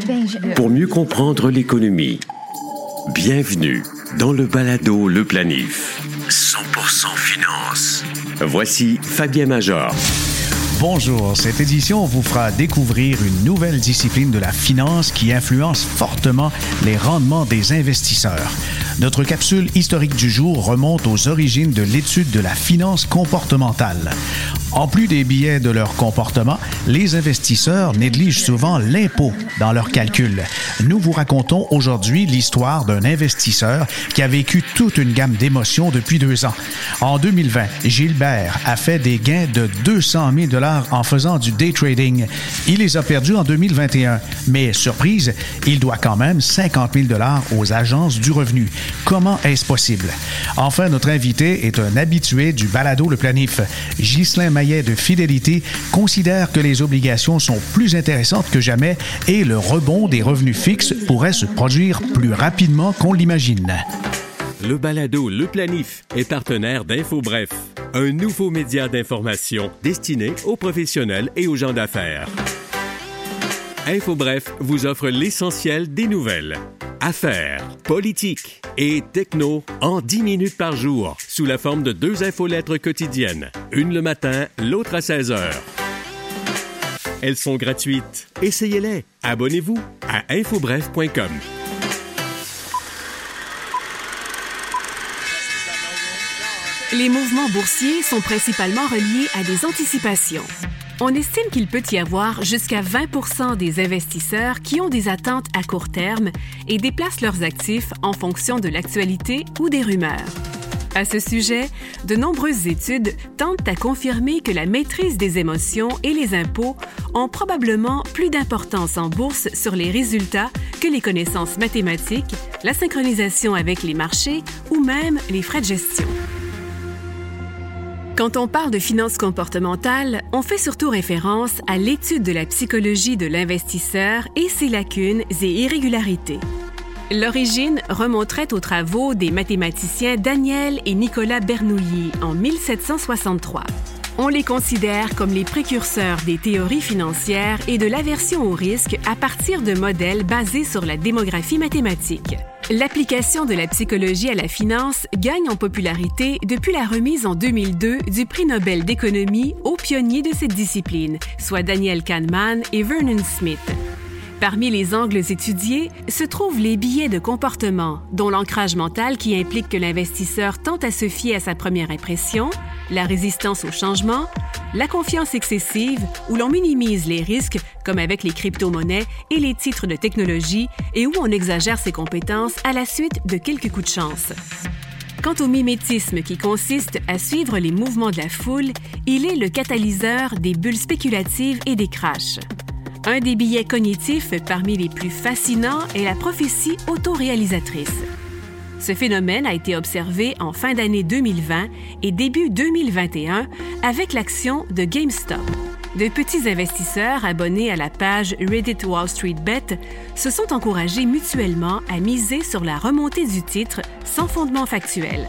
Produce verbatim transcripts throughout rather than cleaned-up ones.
Ben, je... Pour mieux comprendre l'économie, bienvenue dans le balado Le Planif. cent pour cent finance. Voici Fabien Major. Bonjour, cette édition vous fera découvrir une nouvelle discipline de la finance qui influence fortement les rendements des investisseurs. Notre capsule historique du jour remonte aux origines de l'étude de la finance comportementale. En plus des biais de leur comportement, les investisseurs négligent souvent l'impôt dans leurs calculs. Nous vous racontons aujourd'hui l'histoire d'un investisseur qui a vécu toute une gamme d'émotions depuis deux ans. En deux mille vingt, Gilbert a fait des gains de deux cent mille dollars en faisant du day trading. Il les a perdus en deux mille vingt et un, mais surprise, il doit quand même cinquante mille dollars aux agences du revenu. Comment est-ce possible? Enfin, notre invité est un habitué du balado Le Planif. Ghislain Maillet de Fidélité considère que les obligations sont plus intéressantes que jamais et le rebond des revenus fixes pourrait se produire plus rapidement qu'on l'imagine. Le balado Le Planif est partenaire d'InfoBref, un nouveau média d'information destiné aux professionnels et aux gens d'affaires. InfoBref vous offre l'essentiel des nouvelles, affaires, politique et techno en dix minutes par jour, sous la forme de deux infolettres quotidiennes, une le matin, l'autre à seize heures. Elles sont gratuites. Essayez-les. Abonnez-vous à infobref point com. Les mouvements boursiers sont principalement reliés à des anticipations. On estime qu'il peut y avoir jusqu'à vingt pour cent des investisseurs qui ont des attentes à court terme et déplacent leurs actifs en fonction de l'actualité ou des rumeurs. À ce sujet, de nombreuses études tentent à confirmer que la maîtrise des émotions et les impôts ont probablement plus d'importance en bourse sur les résultats que les connaissances mathématiques, la synchronisation avec les marchés ou même les frais de gestion. Quand on parle de finance comportementale, on fait surtout référence à l'étude de la psychologie de l'investisseur et ses lacunes et irrégularités. L'origine remonterait aux travaux des mathématiciens Daniel et Nicolas Bernoulli en mille sept cent soixante-trois. On les considère comme les précurseurs des théories financières et de l'aversion au risque à partir de modèles basés sur la démographie mathématique. L'application de la psychologie à la finance gagne en popularité depuis la remise en deux mille deux du prix Nobel d'économie aux pionniers de cette discipline, soit Daniel Kahneman et Vernon Smith. Parmi les angles étudiés se trouvent les biais de comportement, dont l'ancrage mental qui implique que l'investisseur tente à se fier à sa première impression, la résistance au changement, la confiance excessive où l'on minimise les risques, comme avec les crypto-monnaies et les titres de technologie, et où on exagère ses compétences à la suite de quelques coups de chance. Quant au mimétisme qui consiste à suivre les mouvements de la foule, il est le catalyseur des bulles spéculatives et des crashs. Un des biais cognitifs parmi les plus fascinants est la prophétie autoréalisatrice. Ce phénomène a été observé en fin d'année deux mille vingt et début deux mille vingt et un avec l'action de GameStop. De petits investisseurs abonnés à la page Reddit Wall Street Bet se sont encouragés mutuellement à miser sur la remontée du titre sans fondement factuel.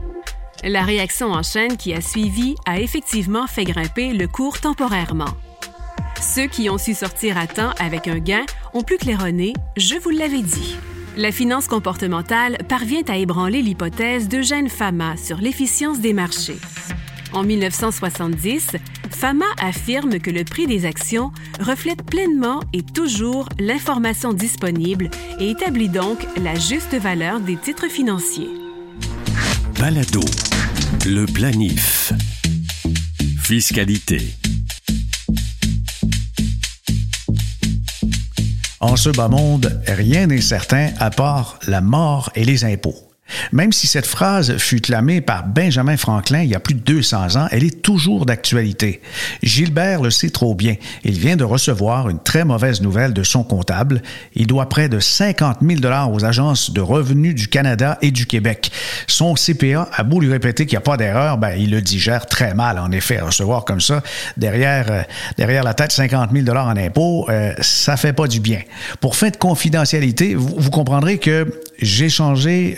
La réaction en chaîne qui a suivi a effectivement fait grimper le cours temporairement. Ceux qui ont su sortir à temps avec un gain ont plus claironné, je vous l'avais dit. La finance comportementale parvient à ébranler l'hypothèse d'Eugène Fama sur l'efficience des marchés. En mille neuf cent soixante-dix, Fama affirme que le prix des actions reflète pleinement et toujours l'information disponible et établit donc la juste valeur des titres financiers. Balado, Le Planif. Fiscalité. En ce bas monde, rien n'est certain à part la mort et les impôts. Même si cette phrase fut clamée par Benjamin Franklin il y a plus de deux cents ans, elle est toujours d'actualité. Gilbert le sait trop bien. Il vient de recevoir une très mauvaise nouvelle de son comptable. Il doit près de cinquante mille dollars aux agences de revenus du Canada et du Québec. Son C P A a beau lui répéter qu'il n'y a pas d'erreur, ben, il le digère très mal, en effet. Recevoir comme ça, derrière, euh, derrière la tête, cinquante mille dollars en impôts, euh, ça fait pas du bien. Pour fin de confidentialité, vous, vous comprendrez que j'ai changé son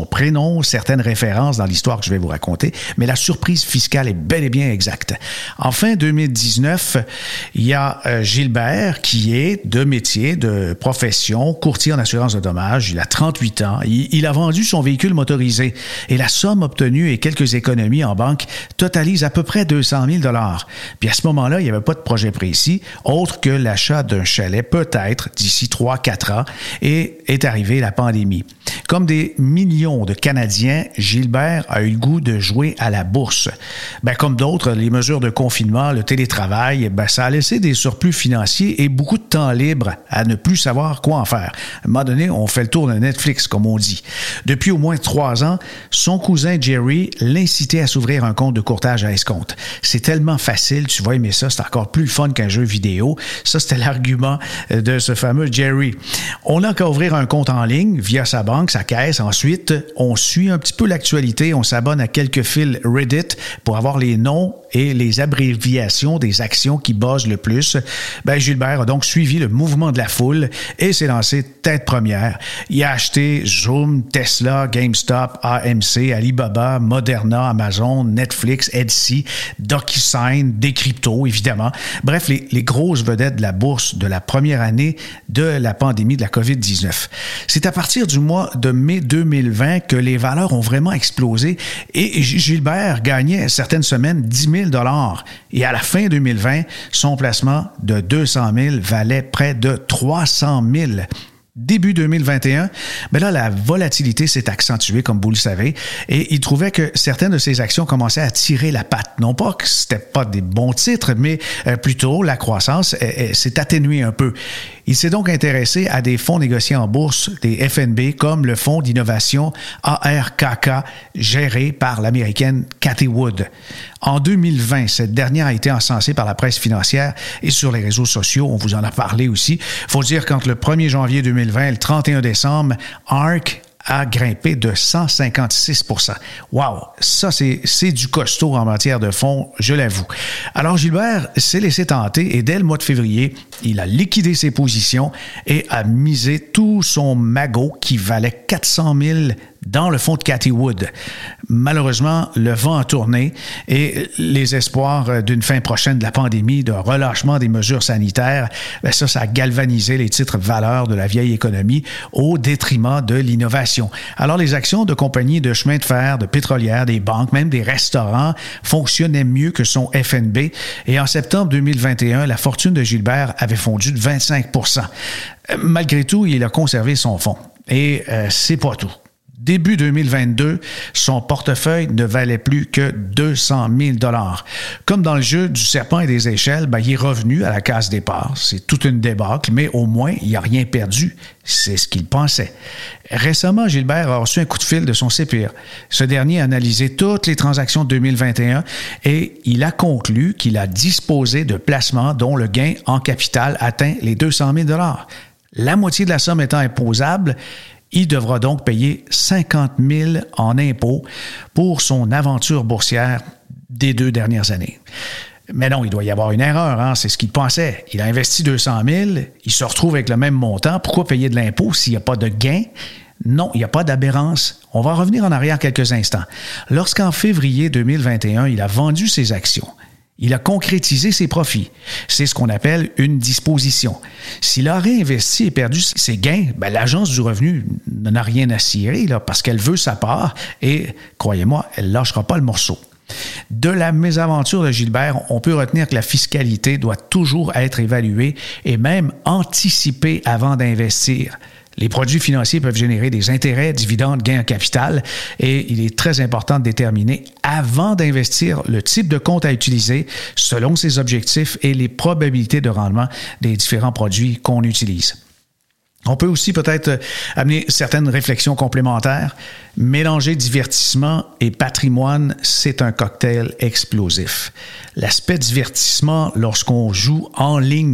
prénom, certaines références dans l'histoire que je vais vous raconter, mais la surprise fiscale est bel et bien exacte. En fin deux mille dix-neuf, il y a euh, Gilbert qui est de métier, de profession, courtier en assurance de dommages. Il a trente-huit ans. Il, il a vendu son véhicule motorisé et la somme obtenue et quelques économies en banque totalisent à peu près deux cent mille dollars. Puis à ce moment-là, il n'y avait pas de projet précis, autre que l'achat d'un chalet, peut-être d'ici trois à quatre ans, et est arrivée la pandémie. Comme des millions de Canadiens, Gilbert a eu le goût de jouer à la bourse. Ben, comme d'autres, les mesures de confinement, le télétravail, ben, ça a laissé des surplus financiers et beaucoup de temps libre à ne plus savoir quoi en faire. À un moment donné, on fait le tour de Netflix, comme on dit. Depuis au moins trois ans, son cousin Jerry l'incitait à s'ouvrir un compte de courtage à escompte. C'est tellement facile, tu vas aimer ça, c'est encore plus fun qu'un jeu vidéo. Ça, c'était l'argument de ce fameux Jerry. On n'a qu'à ouvrir un compte en ligne via sa banque, sa caisse. Ensuite, on suit un petit peu l'actualité, on s'abonne à quelques fils Reddit pour avoir les noms et les abréviations des actions qui buzzent le plus. Ben, Gilbert a donc suivi le mouvement de la foule et s'est lancé tête première. Il a acheté Zoom, Tesla, GameStop, A M C, Alibaba, Moderna, Amazon, Netflix, Etsy, DocuSign, des cryptos, évidemment. Bref, les, les grosses vedettes de la bourse de la première année de la pandémie de la covid dix-neuf. C'est à partir du mois de mai deux mille vingt que les valeurs ont vraiment explosé et Gilbert gagnait certaines semaines dix mille dollars. Et à la fin deux mille vingt, son placement de deux cent mille valait près de trois cent mille. Début deux mille vingt et un, ben là, la volatilité s'est accentuée, comme vous le savez, et il trouvait que certaines de ses actions commençaient à tirer la patte. Non pas que c'était pas des bons titres, mais euh, plutôt la croissance euh, euh, s'est atténuée un peu. Il s'est donc intéressé à des fonds négociés en bourse, des F N B, comme le fonds d'innovation A R K K, géré par l'américaine Cathie Wood. En deux mille vingt, cette dernière a été encensée par la presse financière et sur les réseaux sociaux. On vous en a parlé aussi. Il faut dire qu'entre le premier janvier deux mille vingt et le trente et un décembre, A R K a grimpé de cent cinquante-six pour cent. Wow! Ça, c'est, c'est du costaud en matière de fonds, je l'avoue. Alors, Gilbert s'est laissé tenter et dès le mois de février, il a liquidé ses positions et a misé tout son magot qui valait quatre cent mille dans le fonds de Cathie Wood. Malheureusement, le vent a tourné et les espoirs d'une fin prochaine de la pandémie, de relâchement des mesures sanitaires, bien ça, ça a galvanisé les titres valeurs de la vieille économie au détriment de l'innovation. Alors, les actions de compagnies de chemin de fer, de pétrolières, des banques, même des restaurants fonctionnaient mieux que son F N B. Et en septembre deux mille vingt et un, la fortune de Gilbert avait fondu de vingt-cinq pour cent. Malgré tout, il a conservé son fonds. Et euh, c'est pas tout. Début deux mille vingt-deux, son portefeuille ne valait plus que deux cent mille dollars. Comme dans le jeu du serpent et des échelles, ben, il est revenu à la case départ. C'est toute une débâcle, mais au moins, il n'a rien perdu. C'est ce qu'il pensait. Récemment, Gilbert a reçu un coup de fil de son C P A. Ce dernier a analysé toutes les transactions de deux mille vingt et un et il a conclu qu'il a disposé de placements dont le gain en capital atteint les deux cent mille dollars. La moitié de la somme étant imposable, il devra donc payer cinquante mille en impôts pour son aventure boursière des deux dernières années. Mais non, il doit y avoir une erreur, hein? C'est ce qu'il pensait. Il a investi deux cent mille, il se retrouve avec le même montant. Pourquoi payer de l'impôt s'il n'y a pas de gain? Non, il n'y a pas d'aberrance. On va revenir en arrière quelques instants. Lorsqu'en février deux mille vingt et un, il a vendu ses actions, il a concrétisé ses profits. C'est ce qu'on appelle une disposition. S'il a réinvesti et perdu ses gains, ben, l'Agence du revenu n'a rien à cirer là, parce qu'elle veut sa part et, croyez-moi, elle ne lâchera pas le morceau. De la mésaventure de Gilbert, on peut retenir que la fiscalité doit toujours être évaluée et même anticipée avant d'investir. Les produits financiers peuvent générer des intérêts, dividendes, gains en capital et il est très important de déterminer avant d'investir le type de compte à utiliser selon ses objectifs et les probabilités de rendement des différents produits qu'on utilise. On peut aussi peut-être amener certaines réflexions complémentaires. Mélanger divertissement et patrimoine, c'est un cocktail explosif. L'aspect divertissement lorsqu'on joue en ligne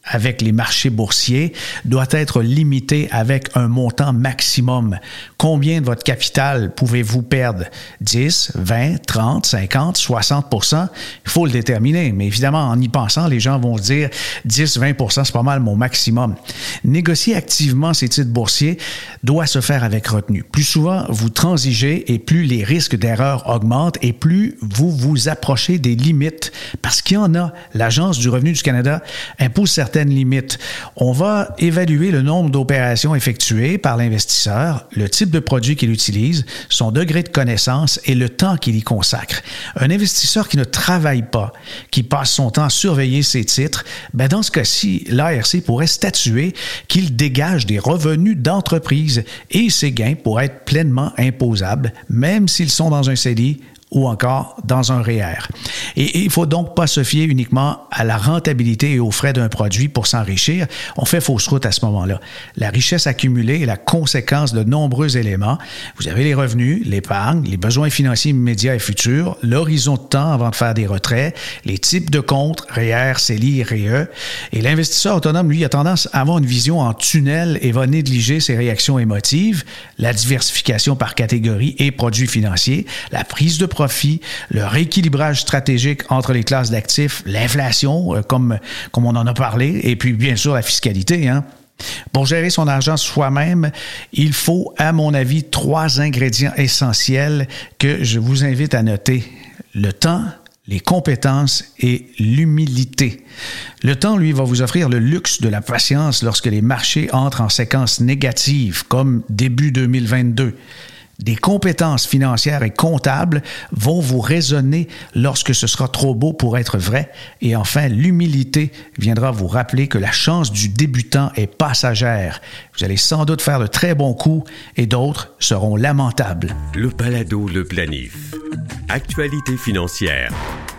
avec les marchés boursiers doit être limité avec un montant maximum. Combien de votre capital pouvez-vous perdre? dix, vingt, trente, cinquante, soixante pour cent? Il faut le déterminer. Mais évidemment, en y pensant, les gens vont se dire dix, vingt pour cent, c'est pas mal mon maximum. Négocier activement ces titres boursiers doit se faire avec retenue. Plus souvent, vous transigez et plus les risques d'erreur augmentent et plus vous vous approchez des limites. Parce qu'il y en a. L'Agence du revenu du Canada impose certaines limites. On va évaluer le nombre d'opérations effectuées par l'investisseur, le type de produit qu'il utilise, son degré de connaissance et le temps qu'il y consacre. Un investisseur qui ne travaille pas, qui passe son temps à surveiller ses titres, ben dans ce cas-ci, l'A R C pourrait statuer qu'il dégage des revenus d'entreprise et ces gains pourraient être pleinement imposables, même s'ils sont dans un C D I ou encore dans un R E E R. Et il ne faut donc pas se fier uniquement à la rentabilité et aux frais d'un produit pour s'enrichir. On fait fausse route à ce moment-là. La richesse accumulée est la conséquence de nombreux éléments. Vous avez les revenus, l'épargne, les besoins financiers immédiats et futurs, l'horizon de temps avant de faire des retraits, les types de comptes, R E E R, C E L I, R E E. Et l'investisseur autonome, lui, a tendance à avoir une vision en tunnel et va négliger ses réactions émotives, la diversification par catégorie et produits financiers, la prise de profit, le rééquilibrage stratégique entre les classes d'actifs, l'inflation, euh, comme, comme on en a parlé, et puis bien sûr la fiscalité, hein. Pour gérer son argent soi-même, il faut, à mon avis, trois ingrédients essentiels que je vous invite à noter. Le temps, les compétences et l'humilité. Le temps, lui, va vous offrir le luxe de la patience lorsque les marchés entrent en séquence négative, comme début deux mille vingt-deux. Des compétences financières et comptables vont vous raisonner lorsque ce sera trop beau pour être vrai. Et enfin, l'humilité viendra vous rappeler que la chance du débutant est passagère. Vous allez sans doute faire de très bons coups et d'autres seront lamentables. Le balado Le Planif. Actualité financière.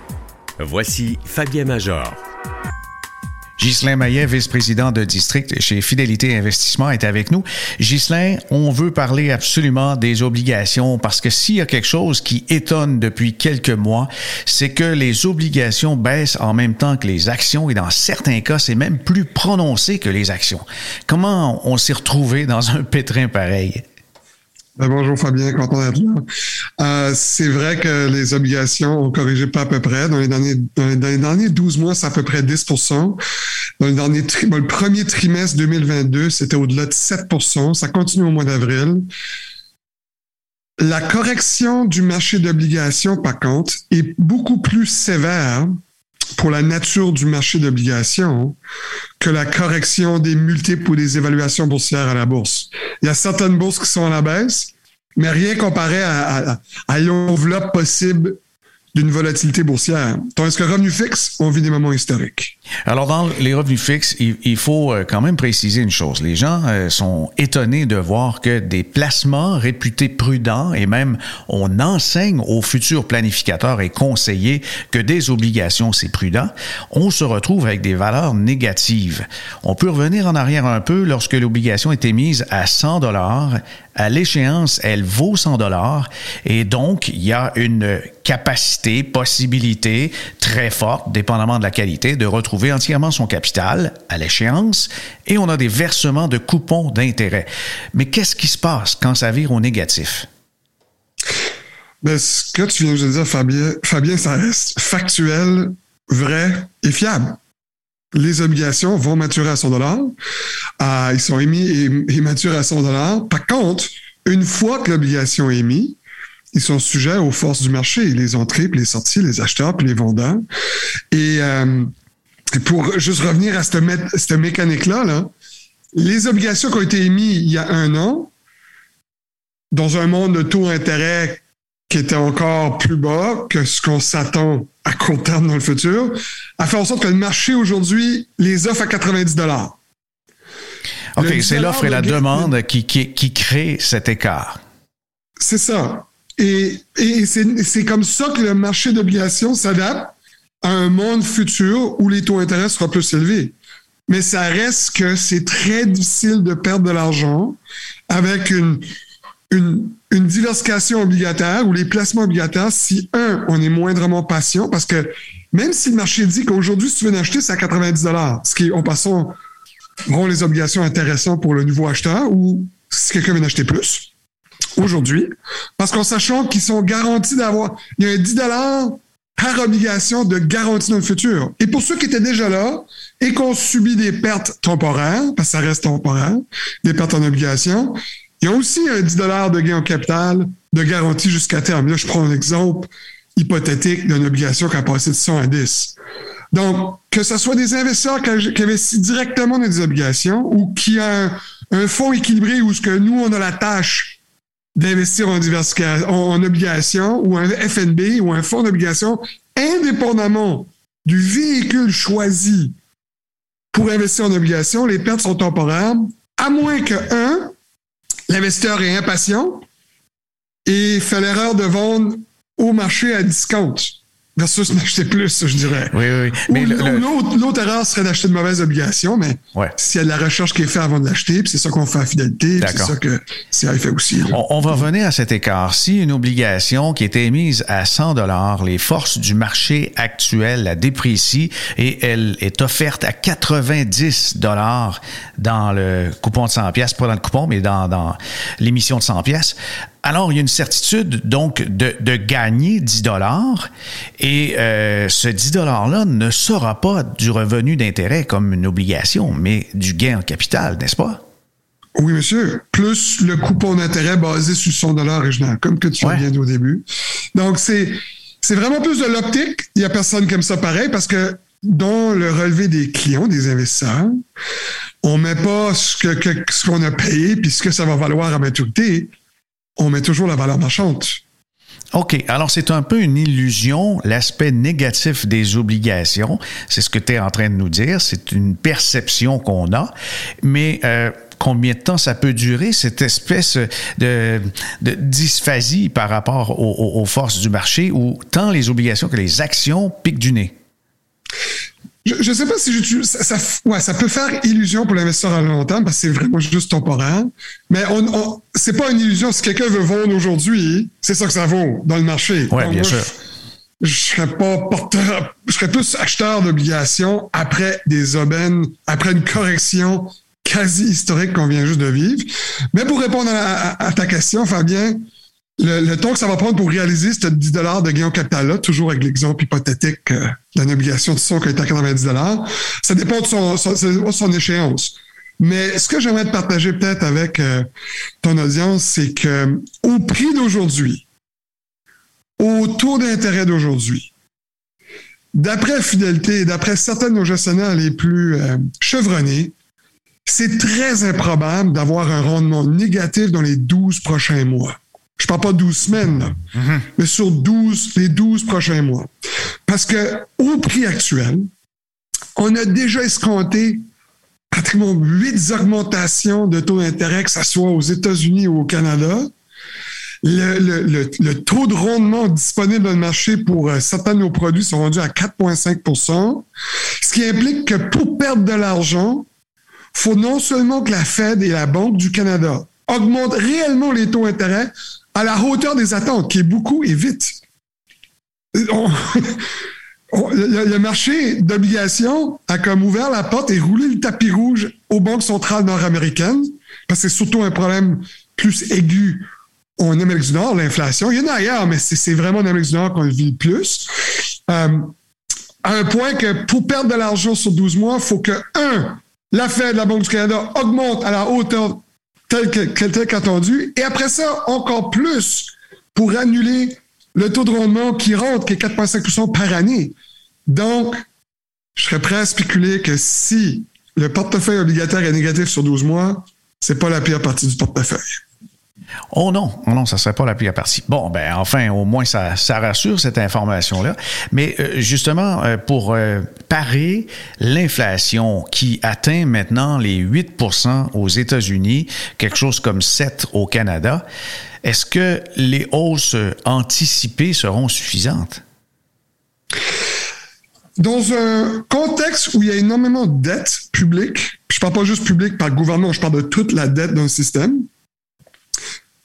Voici Fabien Major. Ghislain Maillet, vice-président de district chez Fidélité Investissement, est avec nous. Ghislain, on veut parler absolument des obligations parce que s'il y a quelque chose qui étonne depuis quelques mois, c'est que les obligations baissent en même temps que les actions et dans certains cas, c'est même plus prononcé que les actions. Comment on s'est retrouvé dans un pétrin pareil? Ben bonjour Fabien, content d'être là. Euh, c'est vrai que les obligations ont corrigé pas à peu près. Dans les derniers, dans les, dans les derniers douze mois, c'est à peu près dix pour cent. Dans le, dernier tri, dans le premier trimestre deux mille vingt-deux, c'était au-delà de sept pour cent. Ça continue au mois d'avril. La correction du marché d'obligations, par contre, est beaucoup plus sévère pour la nature du marché d'obligations que la correction des multiples ou des évaluations boursières à la bourse. Il y a certaines bourses qui sont à la baisse, mais rien comparé à, à, à l'enveloppe possible d'une volatilité boursière. Tandis que revenu fixe, on vit des moments historiques. Alors, dans les revenus fixes, il, il faut quand même préciser une chose. Les gens euh, sont étonnés de voir que des placements réputés prudents, et même on enseigne aux futurs planificateurs et conseillers que des obligations, c'est prudent, on se retrouve avec des valeurs négatives. On peut revenir en arrière un peu lorsque l'obligation est émise à cent dollars. À l'échéance, elle vaut cent dollars et donc il y a une capacité, possibilité très forte, dépendamment de la qualité, de retrouver entièrement son capital à l'échéance et on a des versements de coupons d'intérêt. Mais qu'est-ce qui se passe quand ça vire au négatif? Ben, ce que tu viens de dire, Fabien, Fabien, ça reste factuel, vrai et fiable. Les obligations vont maturer à cent dollars. Euh, ils sont émis et, et maturent à cent dollars. Par contre, une fois que l'obligation est émise, ils sont sujets aux forces du marché, les entrées, puis les sorties, les acheteurs, puis les vendeurs. Et, euh, et pour juste revenir à cette, mé- cette mécanique-là, là, les obligations qui ont été émises il y a un an, dans un monde de taux d'intérêt qui était encore plus bas que ce qu'on s'attend à court terme dans le futur, a fait en sorte que le marché aujourd'hui les offre à quatre-vingt-dix dollars. OK, le c'est l'offre et la demande qui, qui, qui crée cet écart. C'est ça. Et, et c'est, c'est comme ça que le marché d'obligations s'adapte à un monde futur où les taux d'intérêt seront plus élevés. Mais ça reste que c'est très difficile de perdre de l'argent avec une, une, une diversification obligataire ou les placements obligataires si, un, on est moindrement patient parce que même si le marché dit qu'aujourd'hui, si tu veux en acheter, c'est à quatre-vingt-dix dollars, ce qui, en passant, rend les obligations intéressantes pour le nouveau acheteur ou si quelqu'un veut en acheter plus, aujourd'hui, parce qu'en sachant qu'ils sont garantis d'avoir, il y a un dix dollars par obligation de garantie dans le futur. Et pour ceux qui étaient déjà là et qui ont subi des pertes temporaires, parce que ça reste temporaire, des pertes en obligation, il y a aussi un dix dollars de gain en capital de garantie jusqu'à terme. Là, je prends un exemple hypothétique d'une obligation qui a passé de cent à dix. Donc, que ce soit des investisseurs qui, qui investissent directement dans des obligations ou qui ont un, un fonds équilibré où ce que nous, on a la tâche d'investir en diversification, en, en obligations ou un F N B ou un fonds d'obligations, indépendamment du véhicule choisi pour investir en obligations, les pertes sont temporaires, à moins que, un, l'investisseur est impatient et fait l'erreur de vendre au marché à discount versus d'acheter plus, je dirais. Oui, oui. Mais le, le... L'autre, l'autre erreur serait d'acheter de mauvaises obligations, mais ouais. S'il y a de la recherche qui est faite avant de l'acheter, puis c'est ça qu'on fait à Fidélité, puis c'est ça que C A fait aussi. On, on va revenir à cet écart. Si une obligation qui était émise à cent dollars, les forces du marché actuel la déprécient et elle est offerte à quatre-vingt-dix dollars dans le coupon de cent piastres, pas dans le coupon, mais dans, dans l'émission de cent piastres, alors, il y a une certitude, donc, de, de gagner dix dollars et euh, ce dix dollars-là ne sera pas du revenu d'intérêt comme une obligation, mais du gain en capital, n'est-ce pas? Oui, monsieur. Plus le coupon d'intérêt basé sur son dollar original, comme que tu l'as bien dit au début. Donc, c'est, c'est vraiment plus de l'optique. Il n'y a personne qui aime ça pareil parce que dans le relevé des clients, des investisseurs, on ne met pas ce, que, que, ce qu'on a payé puis ce que ça va valoir à maturité. On met toujours la valeur marchande. OK. Alors, c'est un peu une illusion, l'aspect négatif des obligations. C'est ce que tu es en train de nous dire. C'est une perception qu'on a. Mais euh, combien de temps ça peut durer, cette espèce de, de dysphasie par rapport aux, aux forces du marché où tant les obligations que les actions piquent du nez? Je ne sais pas si je, ça, ça, ouais, ça peut faire illusion pour l'investisseur à long terme parce que c'est vraiment juste temporaire. Mais on, on, c'est pas une illusion. Si quelqu'un veut vendre aujourd'hui, c'est ça que ça vaut dans le marché. Oui, bien moi, sûr. Je, je serais pas porteur, je serais plus acheteur d'obligations après des aubaines, après une correction quasi historique qu'on vient juste de vivre. Mais pour répondre à, à, à ta question, Fabien, Le, le temps que ça va prendre pour réaliser ce dix dollars de gain en capital-là, toujours avec l'exemple hypothétique euh, d'une obligation de son qui est à quatre-vingt-dix dollars, ça dépend de son, son, son échéance. Mais ce que j'aimerais te partager peut-être avec euh, ton audience, c'est que au prix d'aujourd'hui, au taux d'intérêt d'aujourd'hui, d'après Fidélité et d'après certains de nos gestionnaires les plus euh, chevronnés, c'est très improbable d'avoir un rendement négatif dans les douze prochains mois. Je parle pas de douze semaines, là, mm-hmm. mais sur douze, les douze prochains mois. Parce que au prix actuel, on a déjà escompté pratiquement huit augmentations de taux d'intérêt, que ce soit aux États-Unis ou au Canada. Le, le, le, le taux de rendement disponible dans le marché pour euh, certains de nos produits sont rendus à quatre virgule cinq pour cent, ce qui implique que pour perdre de l'argent, il faut non seulement que la Fed et la Banque du Canada augmentent réellement les taux d'intérêt à la hauteur des attentes, qui est beaucoup et vite. On, on, le, le marché d'obligations a comme ouvert la porte et roulé le tapis rouge aux banques centrales nord-américaines, parce que c'est surtout un problème plus aigu en Amérique du Nord, l'inflation. Il y en a ailleurs, mais c'est, c'est vraiment en Amérique du Nord qu'on le vit le plus. Euh, à un point que pour perdre de l'argent sur douze mois, il faut que, un, la Fed, la Banque du Canada augmente à la hauteur tel que, tel qu'attendu, et après ça, encore plus pour annuler le taux de rendement qui rentre, qui est quatre virgule cinq pour cent par année. Donc, je serais prêt à spéculer que si le portefeuille obligataire est négatif sur douze mois, c'est pas la pire partie du portefeuille. Oh non, oh non, ça serait pas la pire partie. Bon, ben enfin, au moins, ça, ça rassure cette information-là. Mais euh, justement, euh, pour euh, parer l'inflation qui atteint maintenant les huit pour cent aux États-Unis, quelque chose comme sept au Canada, est-ce que les hausses anticipées seront suffisantes? Dans un contexte où il y a énormément de dettes publiques, je ne parle pas juste publique par le gouvernement, je parle de toute la dette dans le système,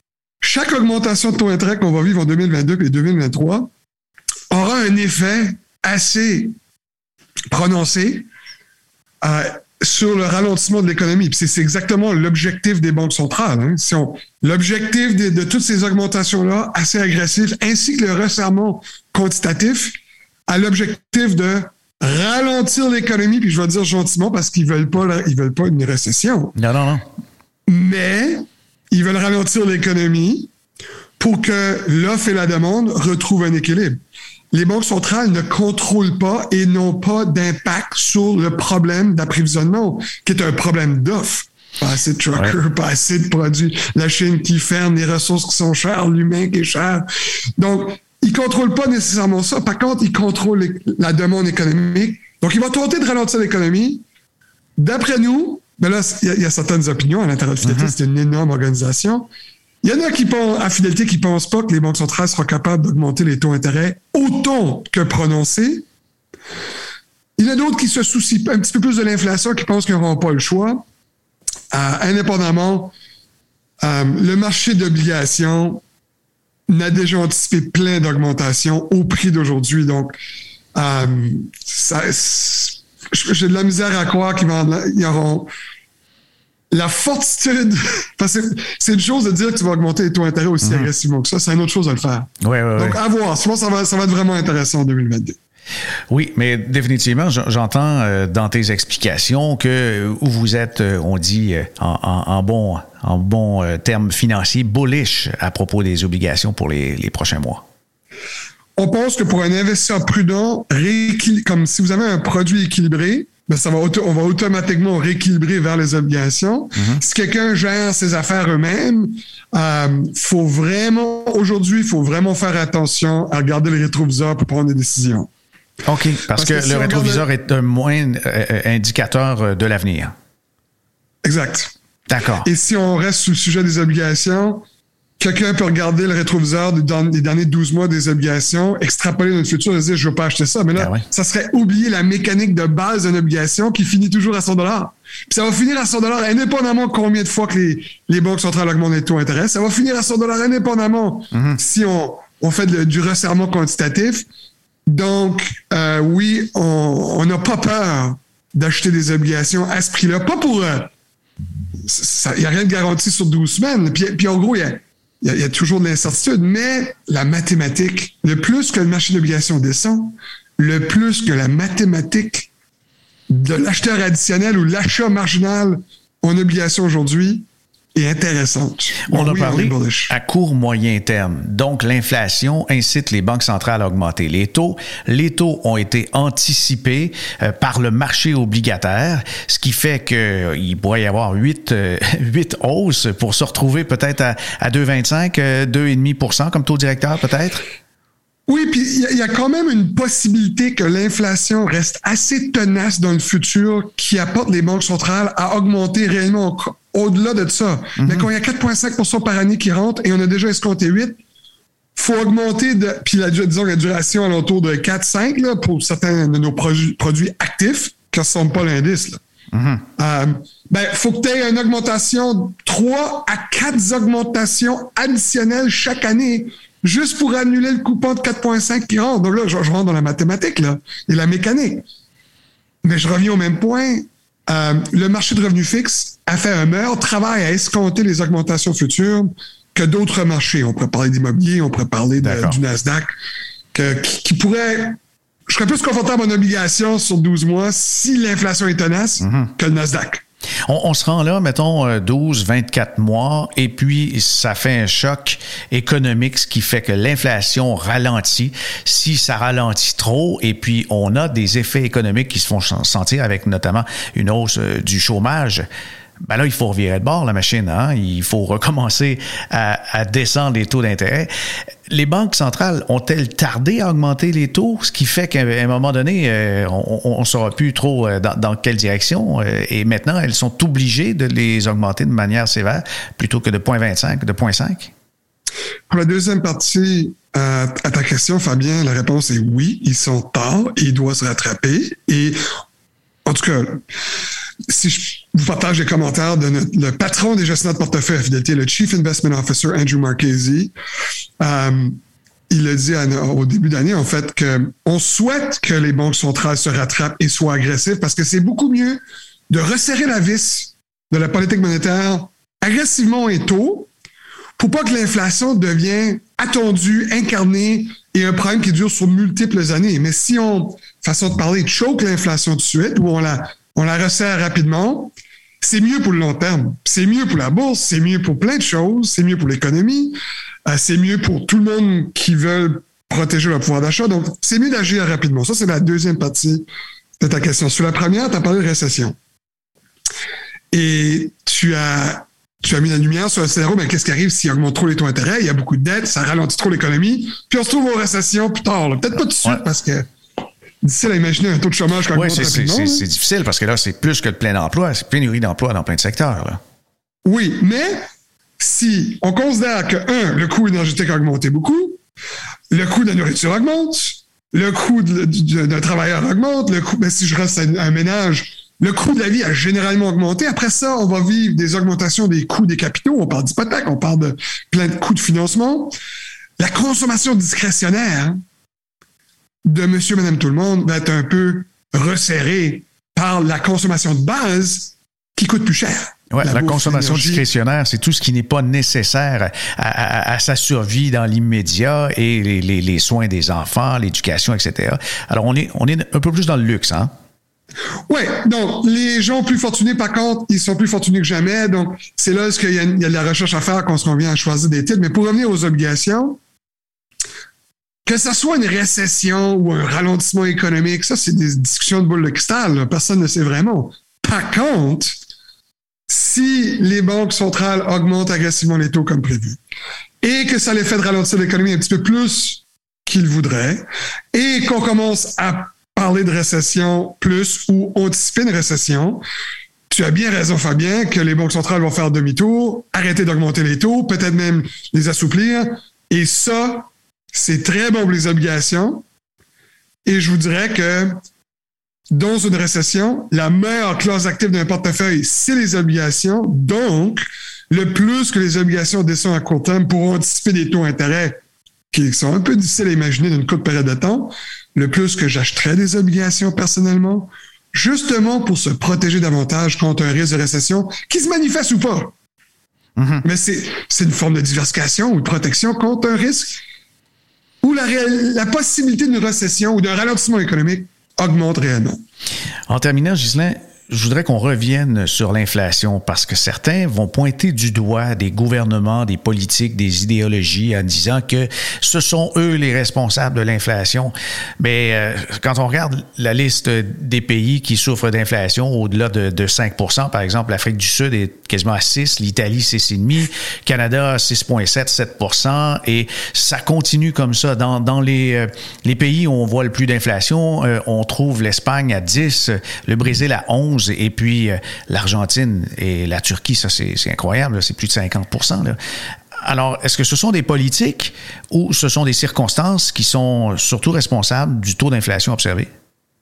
chaque augmentation de taux d'intérêt qu'on va vivre en deux mille vingt-deux et deux mille vingt-trois aura un effet assez prononcée euh, sur le ralentissement de l'économie. Puis c'est, c'est exactement l'objectif des banques centrales. Hein. Si on, l'objectif de, de toutes ces augmentations-là, assez agressives, ainsi que le resserrement quantitatif, a l'objectif de ralentir l'économie, puis je vais dire gentiment parce qu'ils veulent pas, ils veulent pas une récession. Non, non, non. Mais ils veulent ralentir l'économie pour que l'offre et la demande retrouvent un équilibre. Les banques centrales ne contrôlent pas et n'ont pas d'impact sur le problème d'approvisionnement, qui est un problème d'offre. Pas assez de truckers, ouais. Pas assez de produits, la Chine qui ferme, les ressources qui sont chères, l'humain qui est cher. Donc, ils ne contrôlent pas nécessairement ça. Par contre, ils contrôlent les, la demande économique. Donc, ils vont tenter de ralentir l'économie. D'après nous, ben là, il y, y a certaines opinions à l'intérieur de Fidelity, mm-hmm. C'est une énorme organisation. Il y en a qui pensent, à Fidelity qui ne pensent pas que les banques centrales seront capables d'augmenter les taux d'intérêt autant que prononcés. Il y en a d'autres qui se soucient un petit peu plus de l'inflation, qui pensent qu'ils n'auront pas le choix. Euh, indépendamment, euh, le marché d'obligations n'a déjà anticipé plein d'augmentations au prix d'aujourd'hui. Donc, euh, ça, j'ai de la misère à croire qu'ils vont, ils auront la fortitude. Parce que c'est une chose de dire que tu vas augmenter les taux d'intérêt aussi mmh. agressivement que ça. C'est une autre chose de le faire. Ouais, ouais, Donc, ouais. à voir. Je pense que ça va, ça va être vraiment intéressant en deux mille vingt-deux. Oui, mais définitivement, j'entends euh, dans tes explications que où vous êtes, euh, on dit euh, en, en, en bon, en bon euh, terme financier, bullish à propos des obligations pour les, les prochains mois. On pense que pour un investisseur prudent, rééquil- comme si vous avez un produit équilibré, ben ça va auto- on va automatiquement rééquilibrer vers les obligations. Mm-hmm. Si quelqu'un gère ses affaires eux-mêmes, euh, faut vraiment, aujourd'hui, il faut vraiment faire attention à regarder les rétroviseurs pour prendre des décisions. OK, parce, parce que, que si le rétroviseur regarde... est un moins euh, indicateur de l'avenir. Exact. D'accord. Et si on reste sur le sujet des obligations, quelqu'un peut regarder le rétroviseur des derniers douze mois des obligations, extrapoler notre futur et se dire « je ne veux pas acheter ça ». Mais là, ah ouais. ça serait oublier la mécanique de base d'une obligation qui finit toujours à cent dollars. Puis ça va finir à cent dollars indépendamment combien de fois que les, les banques centrales augmentent les taux d'intérêt. Ça va finir à cent dollars indépendamment mm-hmm. si on, on fait de, du resserrement quantitatif. Donc, euh, oui, on n'a pas peur d'acheter des obligations à ce prix-là. Pas pour... Il n'y a rien de garanti sur douze semaines. Puis, puis en gros, il y a, y a toujours de l'incertitude. Mais la mathématique, le plus que le marché d'obligations descend, le plus que la mathématique de l'acheteur additionnel ou l'achat marginal en obligations aujourd'hui est intéressante. On bon, a oui, parlé on à court moyen terme. Donc, l'inflation incite les banques centrales à augmenter les taux. Les taux ont été anticipés euh, par le marché obligataire, ce qui fait qu'il euh, pourrait y avoir huit, euh, huit hausses pour se retrouver peut-être à, à deux virgule vingt-cinq, euh, deux virgule cinq pour cent comme taux directeur peut-être? Oui, puis il y, y a quand même une possibilité que l'inflation reste assez tenace dans le futur qui apporte les banques centrales à augmenter réellement au-delà de ça. Mm-hmm. Mais quand il y a quatre virgule cinq pour cent par année qui rentre et on a déjà escompté huit, faut augmenter de, puis la, disons la duration alentour de quatre virgule cinq là, pour certains de nos produits, produits actifs qui ne ressemblent pas à l'indice. Là. Mm-hmm. Euh, ben, faut que tu aies une augmentation, trois à quatre augmentations additionnelles chaque année juste pour annuler le coupon de quatre virgule cinq qui rentre. Donc là, je, je rentre dans la mathématique là, et la mécanique. Mais je reviens au même point. Euh, le marché de revenus fixes a fait un meilleur travail à escompter les augmentations futures que d'autres marchés. On pourrait parler d'immobilier, on pourrait parler de, du Nasdaq, que, qui, qui pourrait... Je serais plus confortable en obligation sur douze mois si l'inflation est tenace mm-hmm. que le Nasdaq. On, on se rend là, mettons, douze, vingt-quatre mois, et puis ça fait un choc économique, ce qui fait que l'inflation ralentit. Si ça ralentit trop, et puis on a des effets économiques qui se font sentir avec notamment une hausse euh, du chômage, ben là, il faut revirer de bord la machine, hein? Il faut recommencer à, à descendre les taux d'intérêt. Les banques centrales ont-elles tardé à augmenter les taux, ce qui fait qu'à un moment donné, euh, on ne saura plus trop dans, dans quelle direction, euh, et maintenant, elles sont obligées de les augmenter de manière sévère plutôt que de zéro virgule vingt-cinq, de zéro virgule cinq? Pour la deuxième partie euh, à ta question, Fabien, la réponse est oui, ils sont tard et ils doivent se rattraper. Et en tout cas, si je vous partage les commentaires de notre, le patron des gestionnaires de portefeuille à Fidelity, le Chief Investment Officer, Andrew Marchese, euh, il a dit à, au début d'année, en fait, qu'on souhaite que les banques centrales se rattrapent et soient agressives parce que c'est beaucoup mieux de resserrer la vis de la politique monétaire agressivement et tôt pour pas que l'inflation devienne attendue, incarnée et un problème qui dure sur multiples années. Mais si on, façon de parler, choke l'inflation tout de suite ou on la, on la resserre rapidement, c'est mieux pour le long terme. C'est mieux pour la bourse, c'est mieux pour plein de choses, c'est mieux pour l'économie, euh, c'est mieux pour tout le monde qui veut protéger leur pouvoir d'achat. Donc, c'est mieux d'agir rapidement. Ça, c'est la deuxième partie de ta question. Sur la première, tu as parlé de récession. Et tu as, tu as mis la lumière sur le scénario, mais qu'est-ce qui arrive s'il augmente trop les taux d'intérêt? Il y a beaucoup de dettes, ça ralentit trop l'économie, puis on se trouve en récession plus tard. Là. Peut-être pas tout de suite, ouais. Parce que difficile à imaginer un taux de chômage qui augmente rapidement. Oui, c'est, c'est, c'est difficile parce que là, c'est plus que le plein emploi, c'est pénurie d'emploi dans plein de secteurs. Là. Oui, mais si on considère que, un, le coût énergétique a augmenté beaucoup, le coût de la nourriture augmente, le coût de, de, d'un travailleur augmente, le coût, ben, si je reste un, un ménage, le coût de la vie a généralement augmenté. Après ça, on va vivre des augmentations des coûts des capitaux. On parle d'hypothèque, on parle de plein de coûts de financement. La consommation discrétionnaire de monsieur, madame, tout le monde va être un peu resserrée par la consommation de base qui coûte plus cher. Ouais, la, la consommation discrétionnaire, c'est tout ce qui n'est pas nécessaire à, à, à sa survie dans l'immédiat et les, les, les soins des enfants, l'éducation, et cetera. Alors, on est, on est un peu plus dans le luxe, hein? Oui, donc les gens plus fortunés, par contre, ils sont plus fortunés que jamais. Donc, c'est là qu'il y a, il y a de la recherche à faire quand on vient à choisir des titres. Mais pour revenir aux obligations, que ce soit une récession ou un ralentissement économique, ça, c'est des discussions de boule de cristal. Là. Personne ne sait vraiment. Par contre, si les banques centrales augmentent agressivement les taux comme prévu et que ça les fait de ralentir l'économie un petit peu plus qu'ils voudraient et qu'on commence à parler de récession plus ou anticiper une récession, tu as bien raison, Fabien, que les banques centrales vont faire demi-tour, arrêter d'augmenter les taux, peut-être même les assouplir. Et ça, c'est très bon pour les obligations. Et je vous dirais que dans une récession, la meilleure classe active d'un portefeuille, c'est les obligations. Donc, le plus que les obligations descendent à court terme pour anticiper des taux d'intérêt qui sont un peu difficiles à imaginer d'une courte période de temps, le plus que j'achèterais des obligations personnellement, justement pour se protéger davantage contre un risque de récession qui se manifeste ou pas. Mm-hmm. Mais c'est, c'est une forme de diversification ou de protection contre un risque où la, ré- la possibilité d'une récession ou d'un ralentissement économique augmente réellement. En terminant, Ghislain, je voudrais qu'on revienne sur l'inflation parce que certains vont pointer du doigt des gouvernements, des politiques, des idéologies en disant que ce sont eux les responsables de l'inflation. Mais euh, quand on regarde la liste des pays qui souffrent d'inflation au-delà de, de cinq pour cent, par exemple, l'Afrique du Sud est quasiment à six, l'Italie six virgule cinq, Canada six virgule sept, sept pour cent, et ça continue comme ça. Dans, dans les, euh, les pays où on voit le plus d'inflation, euh, on trouve l'Espagne à dix, le Brésil à onze, et puis euh, l'Argentine et la Turquie, ça c'est, c'est incroyable, là, c'est plus de cinquante pour cent. Là. Alors, est-ce que ce sont des politiques ou ce sont des circonstances qui sont surtout responsables du taux d'inflation observé?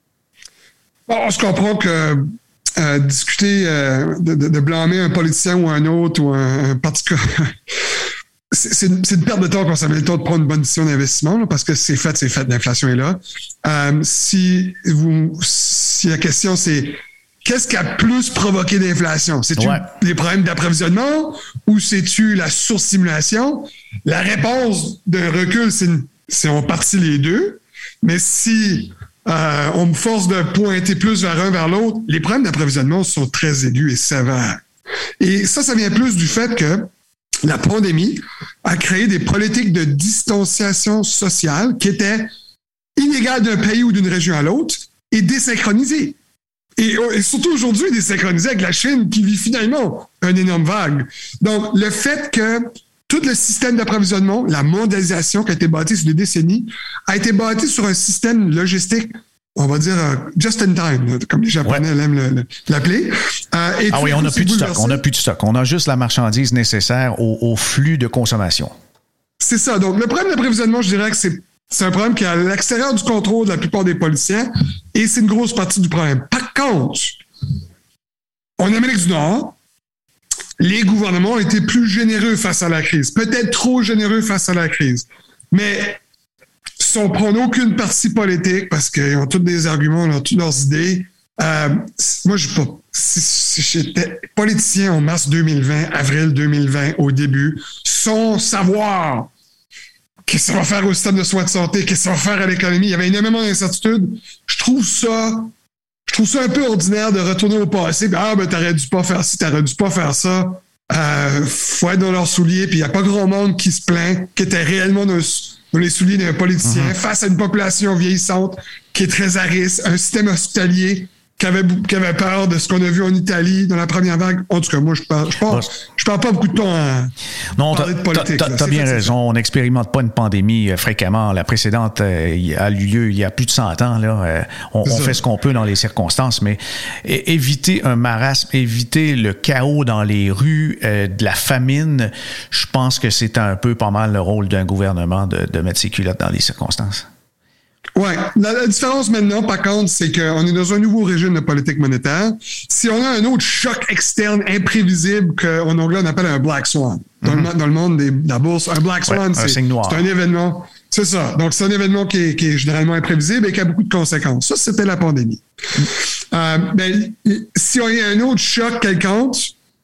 Bon, on se comprend que euh, discuter euh, de, de, de blâmer un politicien ou un autre ou un, un particulier... C'est, c'est, une, c'est une perte de temps quand ça met le temps de prendre une bonne décision d'investissement, là, parce que c'est fait, c'est fait, l'inflation est là. Euh, si, vous, si la question c'est qu'est-ce qui a plus provoqué l'inflation? C'est-tu ouais. les problèmes d'approvisionnement ou c'est-tu la surstimulation? La réponse d'un recul, c'est, une, c'est en partie les deux. Mais si euh, on me force de pointer plus vers un vers l'autre, les problèmes d'approvisionnement sont très aigus et sévères. Et ça, ça vient plus du fait que la pandémie a créé des politiques de distanciation sociale qui étaient inégales d'un pays ou d'une région à l'autre et désynchronisées. Et, et surtout aujourd'hui, désynchronisées avec la Chine qui vit finalement une énorme vague. Donc, le fait que tout le système d'approvisionnement, la mondialisation qui a été bâtie sur des décennies, a été bâti sur un système logistique, on va dire uh, just in time, comme les Japonais ouais. aiment le, le, l'appeler. Euh, et ah oui, on n'a plus de stock. On n'a plus de stock. On a juste la marchandise nécessaire au, au flux de consommation. C'est ça. Donc, le problème d'approvisionnement, je dirais que c'est, c'est un problème qui est à l'extérieur du contrôle de la plupart des politiciens et c'est une grosse partie du problème. Par contre, en Amérique du Nord, les gouvernements ont été plus généreux face à la crise. Peut-être trop généreux face à la crise. Mais sont prônent aucune parti politique parce qu'ils ont tous des arguments, ils ont toutes leurs idées. Euh, moi, je pas. Si, si j'étais politicien en mars deux mille vingt, avril deux mille vingt, au début, sans savoir qu'est-ce que ça va faire au système de soins de santé, qu'est-ce que ça va faire à l'économie, il y avait énormément d'incertitudes. Je trouve ça, je trouve ça un peu ordinaire de retourner au passé. Ah, ben, t'aurais dû pas faire ci, t'aurais dû pas faire ça. Euh, faut être dans leurs souliers, puis il n'y a pas grand monde qui se plaint, qui était réellement dans, dans les souliers d'un politicien mm-hmm. face à une population vieillissante qui est très à risque, un système hospitalier qui avait, qui avait peur de ce qu'on a vu en Italie dans la première vague. En tout cas, moi, je parle, je parle, je parle pas beaucoup de temps à non, parler de politique. Tu as bien raison. On n'expérimente pas une pandémie euh, fréquemment. La précédente euh, a eu lieu il y a plus de cent ans. Là. Euh, on on fait ce qu'on peut dans les circonstances, mais é- éviter un marasme, éviter le chaos dans les rues, euh, de la famine, je pense que c'est un peu pas mal le rôle d'un gouvernement de, de mettre ses culottes dans les circonstances. Oui. La, la différence maintenant, par contre, c'est qu'on est dans un nouveau régime de politique monétaire. Si on a un autre choc externe imprévisible qu'en anglais, on appelle un black swan, dans, mm-hmm. le, dans le monde des, de la bourse, un black swan, ouais, c'est, un signe noir. C'est un événement. C'est ça. Donc, c'est un événement qui est, qui est généralement imprévisible et qui a beaucoup de conséquences. Ça, c'était la pandémie. Mm-hmm. Euh, ben, si on a un autre choc quelconque,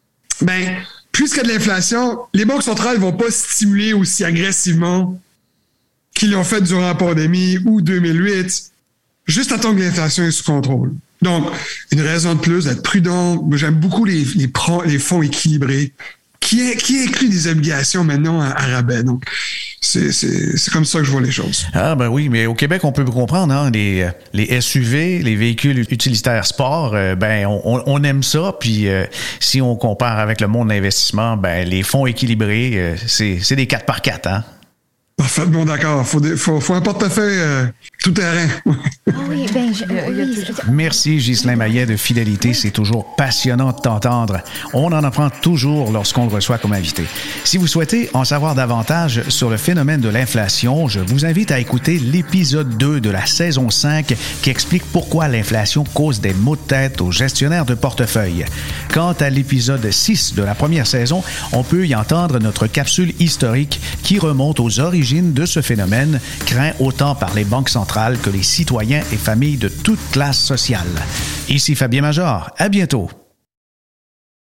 ben, puisqu'il y a de l'inflation, les banques centrales ne vont pas stimuler aussi agressivement qu'ils l'ont fait durant la pandémie ou deux mille huit, juste à temps que l'inflation est sous contrôle. Donc, une raison de plus d'être prudent. Moi, j'aime beaucoup les, les, les fonds équilibrés qui, qui incluent des obligations maintenant à, à rabais. Donc, c'est, c'est, c'est comme ça que je vois les choses. Ah ben oui, mais au Québec, on peut comprendre, hein, les, les S U V, les véhicules utilitaires sport, euh, ben on, on aime ça. Puis euh, si on compare avec le monde de l'investissement, ben les fonds équilibrés, euh, c'est, c'est des quatre par quatre, hein? Parfaitement d'accord. Faut, des, faut, faut un portefeuille euh, tout terrain. Oui, ben, je, oui. Merci Ghislain Maillet de Fidélité. C'est toujours passionnant de t'entendre. On en apprend toujours lorsqu'on le reçoit comme invité. Si vous souhaitez en savoir davantage sur le phénomène de l'inflation, je vous invite à écouter l'épisode deux de la saison cinq qui explique pourquoi l'inflation cause des maux de tête aux gestionnaires de portefeuille. Quant à l'épisode six de la première saison, on peut y entendre notre capsule historique qui remonte aux origines de ce phénomène, craint autant par les banques centrales que les citoyens et familles de toute classe sociale. Ici Fabien Major. À bientôt.